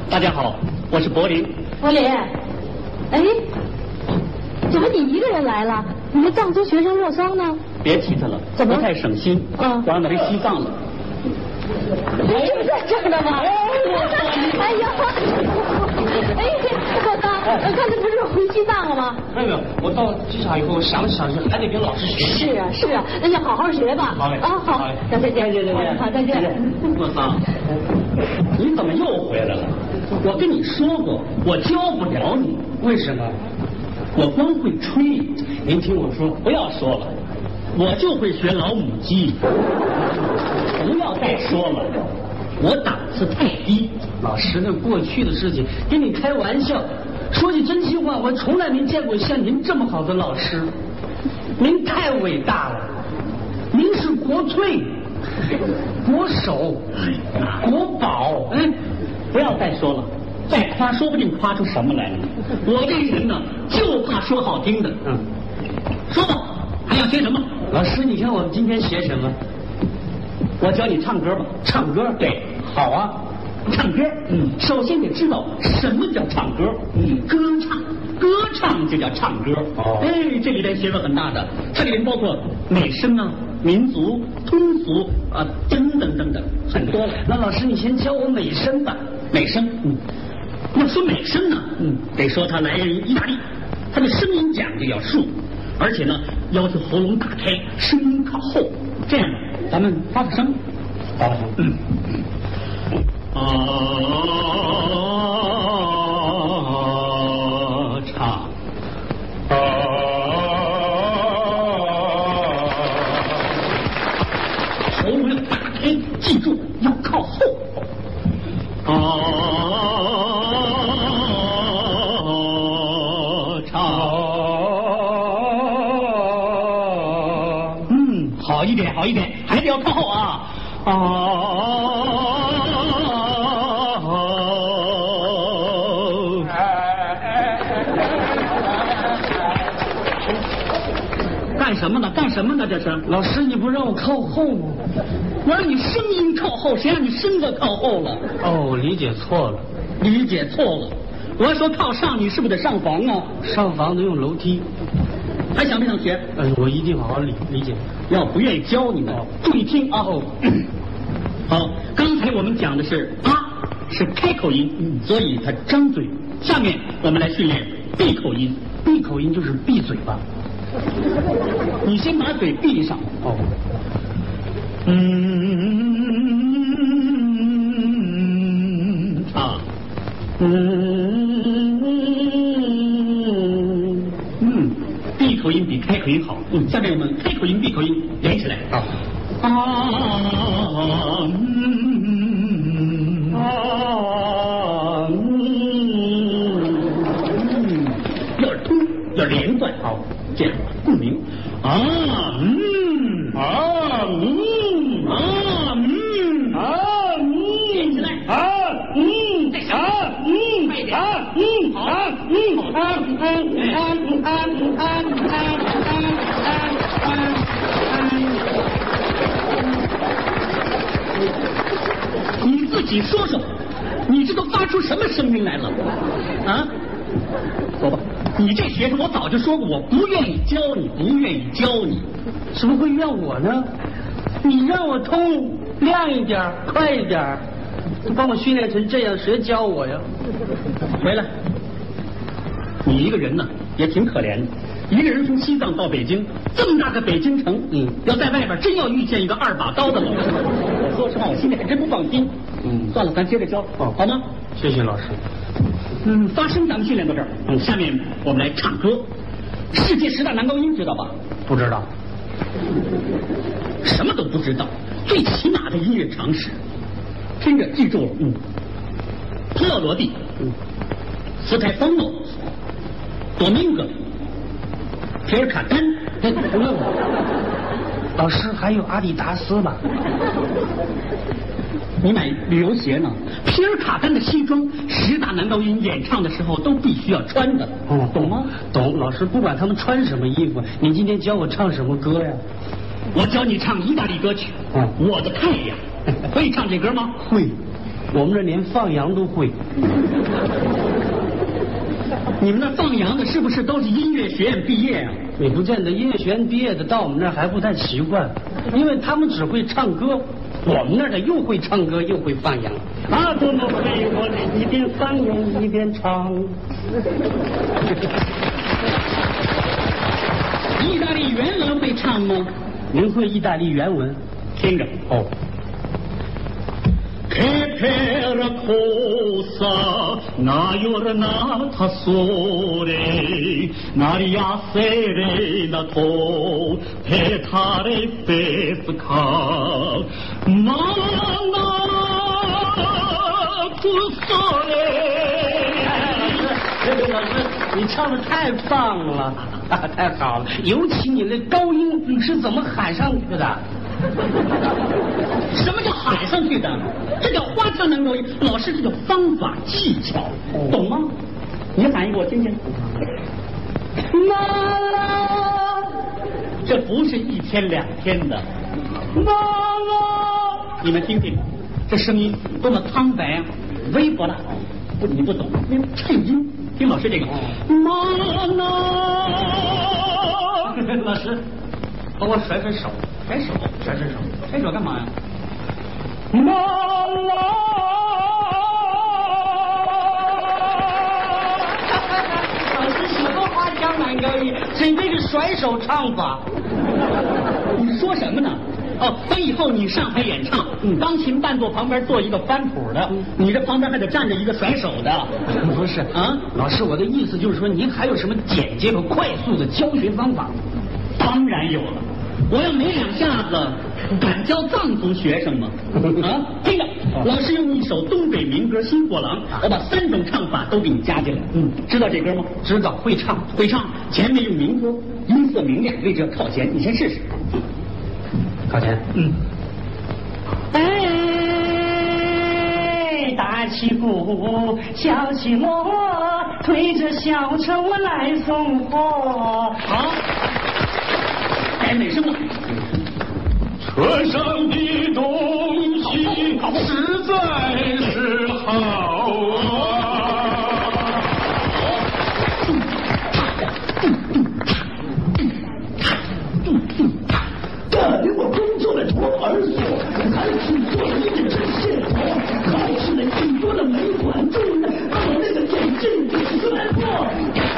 大家好，我是柏林。 柏林，哎，怎么你一个人来了？你们藏族学生洛桑呢？ 别提他了， 怎么不太省心？我让他回西藏了。 这不在这儿呢吗？哎呀，哎，洛桑，刚才不是回西藏了吗？ 没有，我到机场以后想了想，还得跟老师学习。 是啊，那就好好学吧。 好嘞。 啊，好，再见。好，再见。 洛桑，你怎么又回来了？我跟你说过，我教不了你。 为什么？ 我光会吹。 您听我说， 不要说了，我就会学老母鸡。不要再说了，我档次太低。 老师，那过去的事情，跟你开玩笑。说句真心话，我从来没见过像您这么好的老师。您太伟大了，您是国粹、国手、国宝。 不要再说了，再夸说不定夸出什么来了。我这人呢，就怕说好听的。说吧，还要学什么？ 老师，你看我们今天学什么？ 我教你唱歌吧。 唱歌？ 对， 好啊。 唱歌，首先得知道什么叫唱歌。歌唱就叫唱歌。这里边学问很大的，它里面包括美声啊、民族、通俗啊等等等等，很多了。 那老师，你先教我美声吧。 美声，要说美声呢，得说它来源于意大利，它的声音讲究要竖，而且呢要求喉咙打开，声音靠后，这样咱们发个声， 发个声。 唱，喉咙要打开，记住要靠后。唱，好一点，好一点，还得要靠后啊。干什么呢？干什么呢？这是老师，你不让我靠后吗？ 我让你声音靠后，谁让你身子靠后了？ 哦，理解错了。 理解错了。我要说靠上，你是不是得上房啊？ 上房得用楼梯。 还想不想学？ 我一定好好理解。 要不愿意教你们，注意听啊！好，刚才我们讲的是啊，是开口音，所以它张嘴。下面我们来训练闭口音。 闭口音就是闭嘴巴。 你先把嘴闭上。闭口音比开口音好。下面我们开口音、闭口音连起来。要通，要连贯。好，这样共鸣。连起来。再想。快点。你自己说说，你这都发出什么声音来了？说吧，你这学生我早就说过，我不愿意教你，不愿意教你。 怎么会怨我呢？你让我通亮一点，快一点，你把我训练成这样，谁教我呀？ 回来，你一个人呢也挺可怜的，一个人从西藏到北京，这么大个北京城，要在外边真要遇见一个2把刀的老师，我说实话，我心里还真不放心。算了，咱接着教，好吗？ 谢谢老师。 发声咱们训练到这儿，下面我们来唱歌。世界10大男高音知道吧？ 不知道。 什么都不知道，最起码的音乐常识，听着记住了。帕瓦罗蒂，斯泰方诺，多明戈，皮尔卡丹。 不用了。老师，还有阿迪达斯吧？ 你买旅游鞋呢？皮尔卡丹的西装，10大男高音演唱的时候都必须要穿的。懂吗？ 懂。老师，不管他们穿什么衣服，你今天教我唱什么歌呀？ 我教你唱意大利歌曲。我的太阳，会唱这歌吗？ 会。 我们这连放羊都会。 你们那放羊的是不是都是音乐学院毕业啊？ 也不见得，音乐学院毕业的到我们那儿还不太习惯，因为他们只会唱歌，我们那儿的又会唱歌又会放羊。啊，多么美！我一边放羊一边唱。 意大利原文会唱吗？ 您会意大利原文？ 听着哦。 Che per cosa na giornata sole n'aria serena to petare pesca mana tu sole。 老师，你唱的太棒了，太好了，尤其你那高音是怎么喊上去的？ 什么叫喊上去的？这叫花腔男高音。老师，这叫方法技巧，懂吗？你喊一个我听听。 妈妈， 这不是1天2天的。 妈妈， 你们听听，这声音多么苍白啊，微薄的。不，你不懂，那衬音。听老师这个。妈妈， 老师，帮我甩甩手。 甩手，甩手，甩手干嘛呀？ 妈妈，老师什么花腔男高音？这个甩手唱法。 你说什么呢？哦，等以后你上台演唱，钢琴伴奏旁边坐一个翻谱的，你这旁边还得站着一个甩手的。 不是啊， 老师，我的意思就是说，您还有什么简洁和快速的教学方法？ 当然有了。我要没2下子，敢教藏族学生吗？啊，听着，老师用一首东北民歌《新货郎》，我把3种唱法都给你加进来。知道这歌吗？ 知道，会唱， 会唱。前面用民歌，音色明亮，位置要靠前，你先试试。 靠前。 哎，大起鼓，小起锣，推着小车我来送货。 好。改美声了。 车上的东西实在是好啊！ 干给我工作的托儿所，还去做一个针线活，还吃了更多的煤管子，把我那个眼镜给摔破。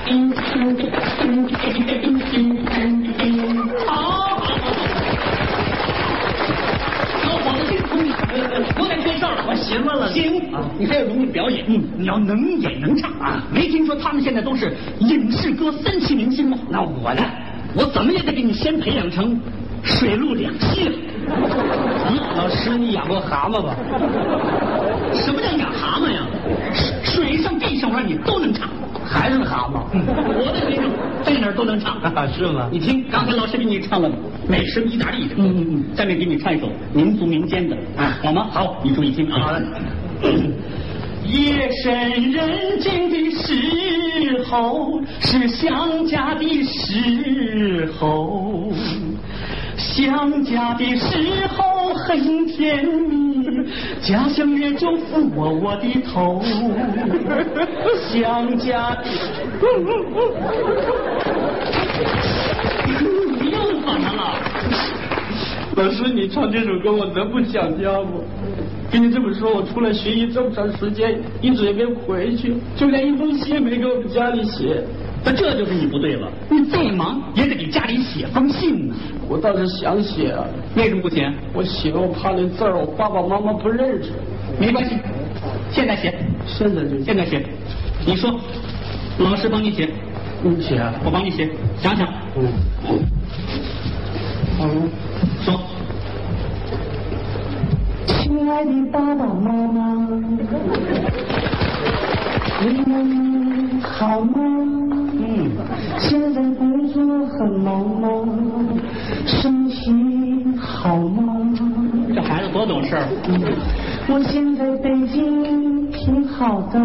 我得吹哨了， 我行了， 行啊！你还要融入表演，你要能演能唱啊！没听说他们现在都是影视歌3期明星吗？ 那我呢？ 我怎么也得给你先培养成水陆2栖啊！ 老师，你养过蛤蟆吧？ 什么叫养蛤蟆呀？水上地上玩你都能唱， 还是蛤蟆？ 我的学生在哪儿都能唱， 是吗？ 你听，刚才老师给你唱了美声意大利的，下面给你唱一首民族民间的，好吗？好，你注意听啊。 好的。 夜深人静的时候，是想家的时候，想家的时候很甜蜜，家乡月就抚摸我的头，想家的。你又怎么了？ 老师，你唱这首歌我能不想家吗？跟你这么说，我出来学艺这么长时间，一直也没回去，就连一封信也没给我们家里写。 那这就是你不对了，你再忙也得给家里写封信呢。 我倒是想写啊， 为什么不写？ 我写我怕那字儿我爸爸妈妈不认识。 没关系，现在写， 现在写。 你说，老师帮你写。 你写啊？ 我帮你写，想想。说。 亲爱的爸爸妈妈，你们好吗？现在工作很忙吗？身体好吗？ 这孩子多懂事儿。 我现在北京挺好的，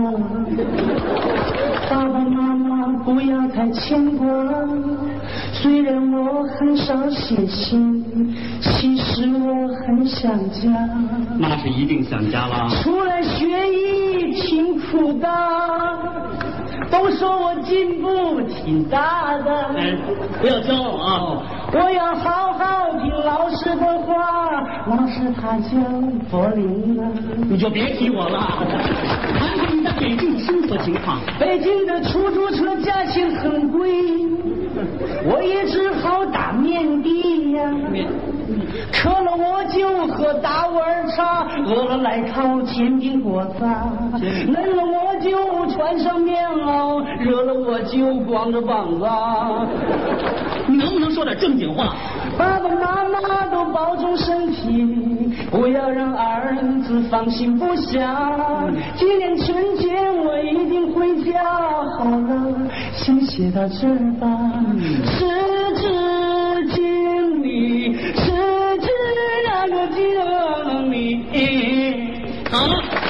爸爸妈妈不要太牵挂。虽然我很少写信，其实我很想家。 那是一定想家了。 出来学艺挺苦的，都说我进步挺大的。 哎，不要骄傲啊！ 我要好好听老师的话，老师他叫柏林啊。 你就别提我了。谈谈你在北京的生活情况。 北京的出租车价钱很贵，我也只好打面的呀。渴了我就喝大碗茶，饿了来烤煎饼果子，冷了我就穿上棉袄，热了我就光着膀子。 你能不能说点正经话？ 爸爸妈妈都保重身体，不要让儿子放心不下。今年春节我一定回家。好了，先写到这儿吧。时至今日，时至那个经历。 好了。